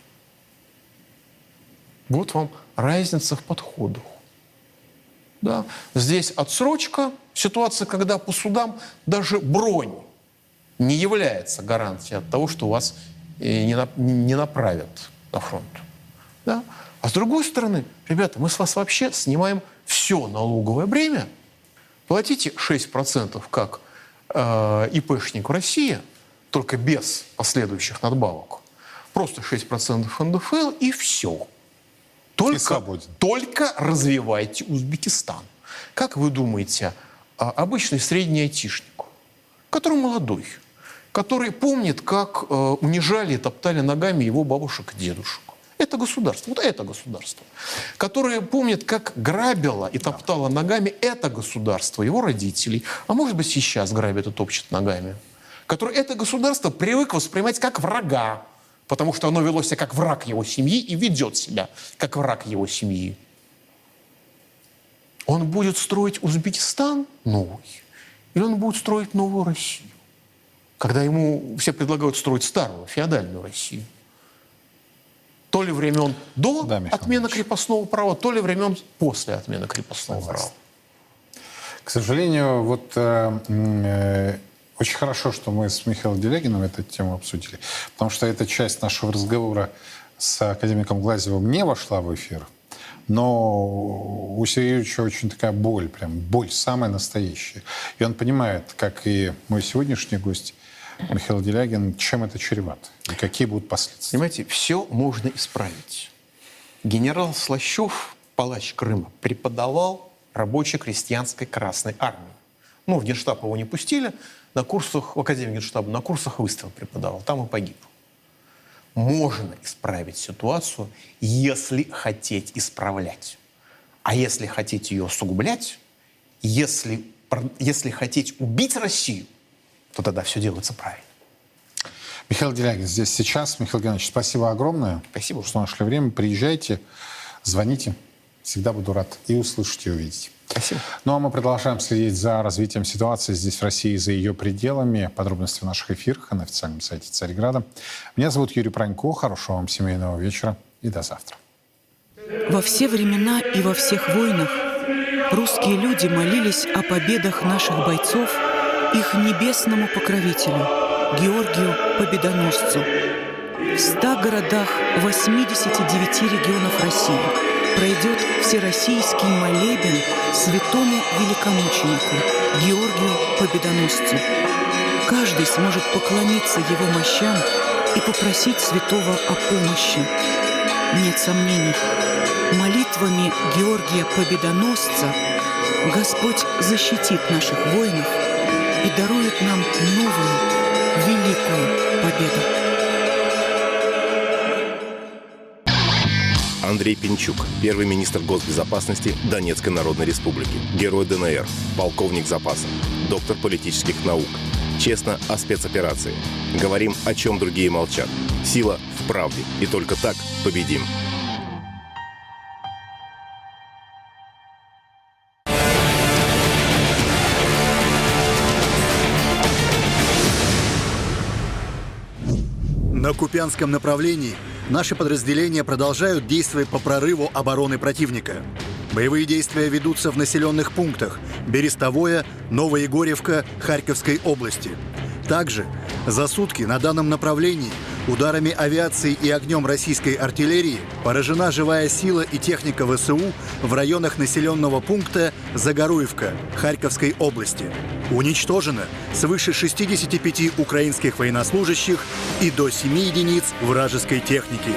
Вот вам разница в подходах. Да. Здесь отсрочка, ситуация, когда по судам даже бронь не является гарантией от того, что вас не, на, не направят на фронт. Да. А с другой стороны, ребята, мы с вас вообще снимаем все налоговое бремя. Платите шесть процентов как э, ИПшник в России, только без последующих надбавок. Просто шесть процентов эн дэ эф эл и все. Только, только развивайте Узбекистан. Как вы думаете, обычный средний айтишник, который молодой, который помнит, как э, унижали и топтали ногами его бабушек и дедушек. Это государство, вот это государство. Которое помнит, как грабило и топтало ногами это государство, его родителей. А может быть, сейчас грабит и топчет ногами. который это государство привык воспринимать как врага, потому что оно вело себя как враг его семьи и ведет себя как враг его семьи. Он будет строить Узбекистан новый, или он будет строить новую Россию, когда ему все предлагают строить старую, феодальную Россию? То ли времен до да, отмены крепостного права, то ли времен после отмены крепостного Согласен. права. К сожалению, вот э, э, очень хорошо, что мы с Михаилом Делягиным эту тему обсудили, потому что эта часть нашего разговора с академиком Глазьевым не вошла в эфир, но у Сергея Юрьевича очень такая боль, прям боль самая настоящая. И он понимает, как и мой сегодняшний гость Михаил Делягин, чем это чревато и какие будут последствия. Понимаете, все можно исправить. Генерал Слащев, палач Крыма, преподавал рабоче-крестьянской Красной Армии. Ну, в Генштаб его не пустили, на курсах, в Академии Генштаба, на курсах выставок преподавал, там и погиб. Можно исправить ситуацию, если хотеть исправлять. А если хотеть ее усугублять, если, если хотеть убить Россию, то тогда все делается правильно. Михаил Делягин здесь сейчас. Михаил Геннадьевич, спасибо огромное. Спасибо. Что нашли время. Приезжайте, звоните. Всегда буду рад и услышать, и увидеть. Спасибо. Ну а мы продолжаем следить за развитием ситуации здесь, в России, за ее пределами. Подробности в наших эфирах и на официальном сайте Царьграда. Меня зовут Юрий Пронько. Хорошего вам семейного вечера и до завтра. Во все времена и во всех войнах русские люди молились о победах наших бойцов их небесному покровителю, Георгию Победоносцу. В ста городах восьмидесяти девяти регионов России пройдет всероссийский молебен святому великомученику Георгию Победоносцу. Каждый сможет поклониться его мощам и попросить святого о помощи. Нет сомнений, молитвами Георгия Победоносца Господь защитит наших воинов и дарует нам новую, великую победу. Андрей Пинчук, первый министр госбезопасности Донецкой Народной Республики, герой ДНР, полковник запаса, доктор политических наук. Честно о спецоперации. Говорим, о чем другие молчат. Сила в правде. И только так победим. На Купянском направлении наши подразделения продолжают действия по прорыву обороны противника. Боевые действия ведутся в населенных пунктах Берестовое, Новоегорьевка Харьковской области. Также за сутки на данном направлении ударами авиации и огнем российской артиллерии поражена живая сила и техника ВСУ в районах населенного пункта Загоруевка Харьковской области. Уничтожено свыше шестидесяти пяти украинских военнослужащих и до семи единиц вражеской техники.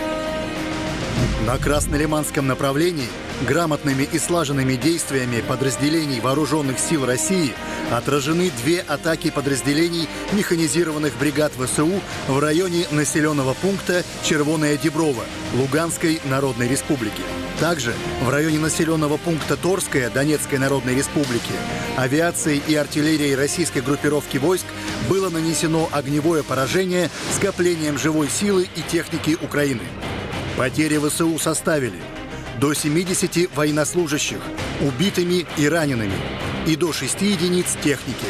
На Краснолиманском направлении грамотными и слаженными действиями подразделений Вооруженных сил России отражены две атаки подразделений механизированных бригад ВСУ в районе населенного пункта Червоная Деброва Луганской Народной Республики. Также в районе населенного пункта Торская Донецкой Народной Республики авиацией и артиллерией российской группировки войск было нанесено огневое поражение скоплением живой силы и техники Украины. Потери ВСУ составили до семидесяти военнослужащих, убитыми и ранеными, и до шести единиц техники.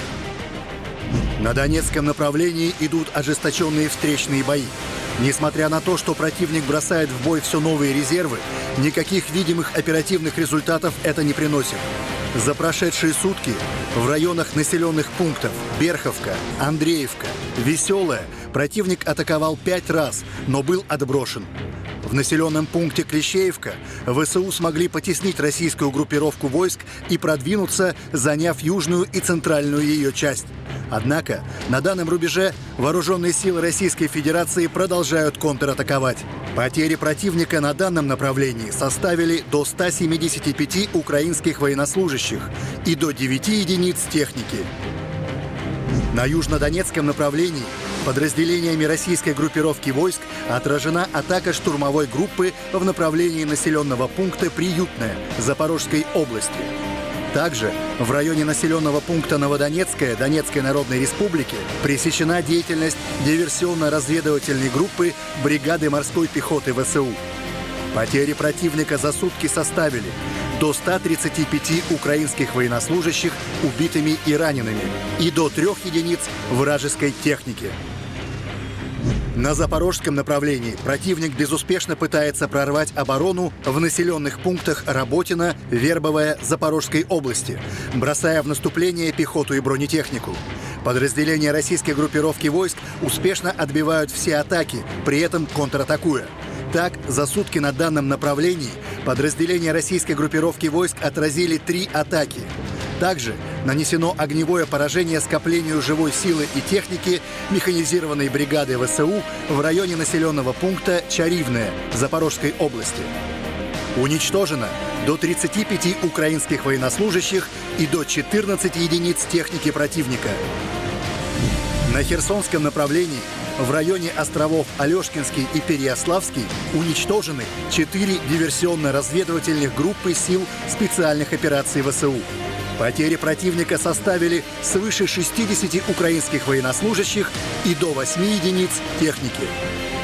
На Донецком направлении идут ожесточенные встречные бои. Несмотря на то, что противник бросает в бой все новые резервы, никаких видимых оперативных результатов это не приносит. За прошедшие сутки в районах населенных пунктов Берховка, Андреевка, Веселая противник атаковал пять раз, но был отброшен. В населенном пункте Клещеевка ВСУ смогли потеснить российскую группировку войск и продвинуться, заняв южную и центральную ее часть. Однако на данном рубеже вооруженные силы Российской Федерации продолжают контратаковать. Потери противника на данном направлении составили до ста семидесяти пяти украинских военнослужащих и до девяти единиц техники. На южнодонецком направлении подразделениями российской группировки войск отражена атака штурмовой группы в направлении населенного пункта Приютное Запорожской области. Также в районе населенного пункта Новодонецкая Донецкой Народной Республики пресечена деятельность диверсионно-разведывательной группы бригады морской пехоты ВСУ. Потери противника за сутки составили до ста тридцати пяти украинских военнослужащих убитыми и ранеными и до трех единиц вражеской техники. На запорожском направлении противник безуспешно пытается прорвать оборону в населенных пунктах Работино, Вербовая, Запорожской области, бросая в наступление пехоту и бронетехнику. Подразделения российской группировки войск успешно отбивают все атаки, при этом контратакуя. Так, за сутки на данном направлении подразделения российской группировки войск отразили три атаки. Также нанесено огневое поражение скоплению живой силы и техники механизированной бригады ВСУ в районе населенного пункта Чаривное Запорожской области. Уничтожено до тридцати пяти украинских военнослужащих и до четырнадцати единиц техники противника. На Херсонском направлении в районе островов Алешкинский и Переяславский уничтожены четыре диверсионно-разведывательных группы сил специальных операций ВСУ. Потери противника составили свыше шестидесяти украинских военнослужащих и до восьми единиц техники.